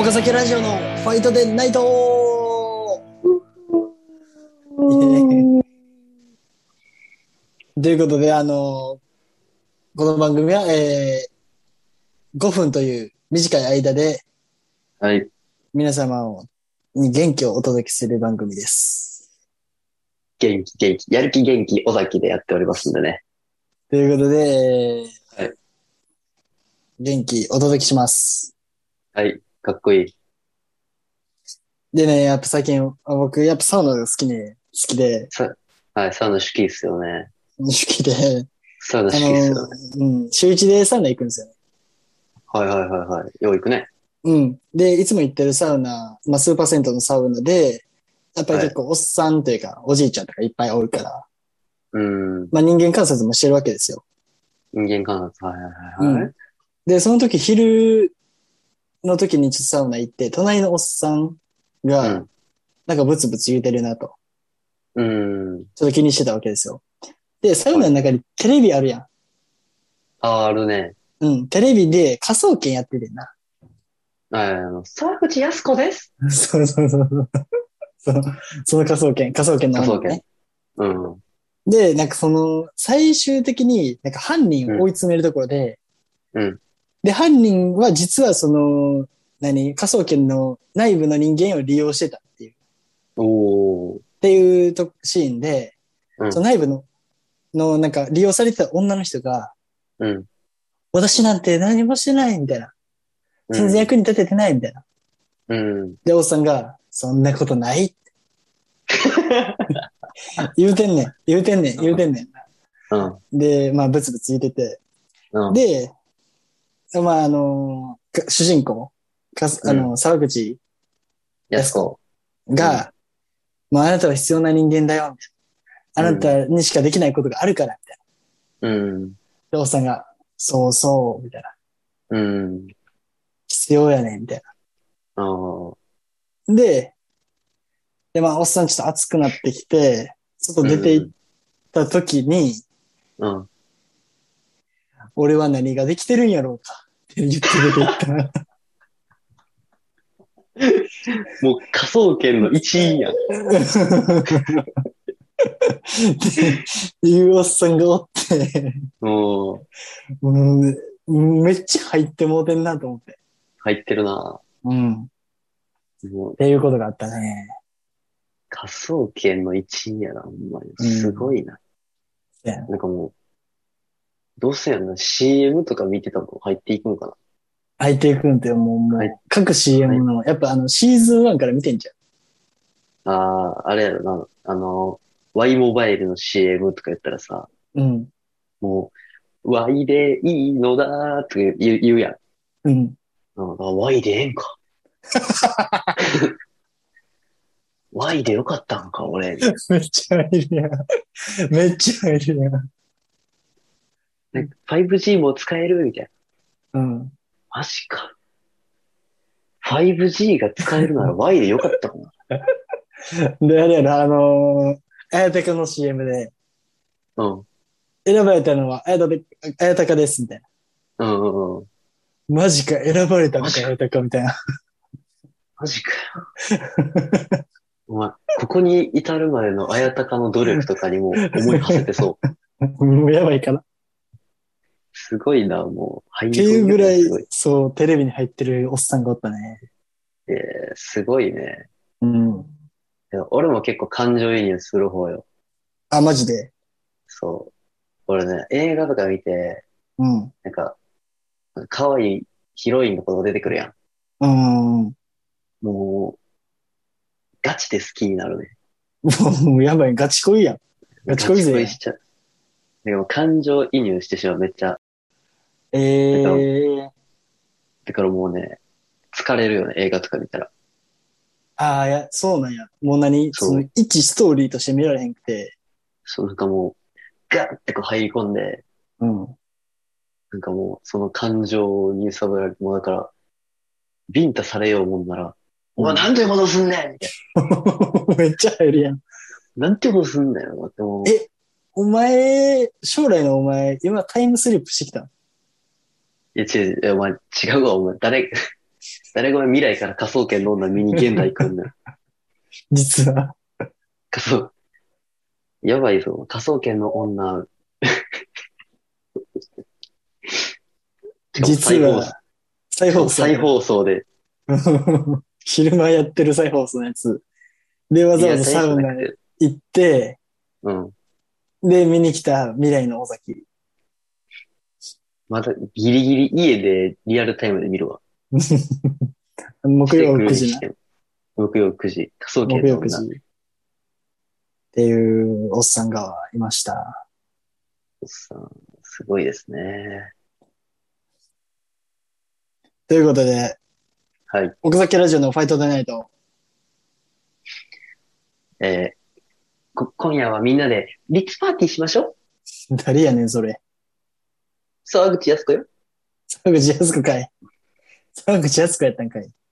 岡崎ラジオのファイトデーナイトということで、この番組は、5分という短い間ではい。 皆様に元気をお届けする番組です。 元気。やる気元気、尾崎でやっておりますんでね。 ということで、 はい。 元気お届けします。 はい。かっこいい。 でね、やっぱ最近、僕、やっぱサウナが好きで、 はい。サウナ好きっすよね。 好きで、 サウナ好きっすよね。 週一でサウナ行くんですよね。 はい。よう行くね。 うん。で、いつも行ってるサウナ、スーパー銭湯のサウナで、やっぱりはい。 結構おっさんというか、おじいちゃんとかいっぱいおるから、 うん。 人間観察もしてるわけですよ。 人間観察。 うん。で、その時昼の時にちょっとサウナ行って、隣のおっさんが、 うん。 なんかブツブツ言うてるなと、 うん。 ちょっと気にしてたわけですよ。で、サウはい。 ナの中にテレビあるやん。 あるね。 うん。テレビで科捜研やっててんな。 はい。沢口靖子です。 そうそうそうそう。その、その科捜研の科捜研。 女ね。 うん。 で、なんか最終的になんか犯人を追いうん。 詰めるところで、 うん。 で、犯人は実は科捜研の内部の人間を利用してたおー。 っていうシーンで、 うん。 その内部のなんか利用されてた女の人が、 うん。 私なんて何もしてないみたいな。 うん。 全然役に立ててないみたいな。 うん。 で、おっさんが、そんなことない言うてんねん。 うん。 で、ブツブツ言ってて。 うん。 で、主人公、 うん。 沢口靖子靖子。うん。 が、もうあなたは必要な人間だよ。あなうん。 たにしかできないことがあるから、みたいうん。 な。で、おっさんが、そうそう、みたいな。 うん。 必要やねん、みたいああ。 な。で、おっさんちょっと熱くなってきて、外う出て行っん。 た時に、 うん。 俺は何ができてるんやろうかって言って出て行った。 もう科捜研の一員やん。 っていうおっさんがおって、 もう、 めっちゃ入ってもうてんなと思って。 入ってるな。 うん。っもう、 ていうことがあったね。 科捜研の一員やな、ほんまに。 うん。 すごいな。 そうやな。 なんかもう、どうせやんな。CM とか見てたの入っていくのかな。 入っていくんってはい、 各は CM い。 の、やっぱシーズン1から見てんじああ、あれやろな。Y モバイルの CM とか言ったらさ、 ゃん。うん。 もう、Y でいいのだーって言うやん。 うん。 Y でええんか。Y でよかったんか、俺。みたいめっちゃ入るやん。めっちゃ入るやん。 な。5G も使えるみたいな。 うん。 マジか。5G が使えるなら Y でよかったかな。 で、あれやろ、あやたかの CM で、 うん。 選ばれたのはあやたかです、みたいな。 うん。 マジか、選ばれたマジか。 のかあやたか、みたいな。 マジかよ。お前、ここに至るまでのあやたかの努力とかにも思い馳せてそう。 もうやばいかな。っすごいな、もう、入てり込みいうぐらい、 方がすごい。 そう、テレビに入ってるおっさんがおったね。 すごいね。 うん。 いや俺も結構感情移入する方よ。 あ、マジで。 そう。俺ね、映画とか見て、 うん。 なんか、可愛いヒロインの子が出てくるやうん。もん。もう、ガチで好きになるね。 うやばい、ガチ恋やん。ガチガチ恋勢やん。 恋しちゃう。でも感情移入してしまう、めっちゃ。 えだから、 えー。 だからもうね、疲れるよね、映画とか見たら。 ああ、そうなんや。もうそう。 一ストーリーとして見られへんくて。 そう、なんかもう、ガーってこう入り込んで、 うん。 なんかもう、その感情に揺さぶられて、もうだから、ビンタされようもんなら、お前うん。 なんていうことすんねんみたいめっちゃ入るやん。 な。なんていうことすんねんってもえ、将来のお前、今タイムスリップしてきた？ う、いや違う、いやお前違うわ、お前、誰、 誰が未来から科捜研の女見に現代来んねん。 実は。 科捜、やばいぞ。科捜研の女。しかも実は、再放送。 再放送で。 昼間やってる再放送のやつ。で、わざわざサウナへ行って、 うん。 で、見に来た未来の尾崎。 まだギリギリ家でリアルタイムで見るわ。 木曜9時な。 木曜9時。科捜研木曜9 の女。 時。っていうおっさんがいました。 さん、すごいですね。 ということで、 はい。 奥崎ラジオのファイトデナイト。 今夜はみんなでリッツパーティーしましょう。 誰やねん、それ。 沢口靖子よ。 沢口靖子かい。沢口靖子やったんかい。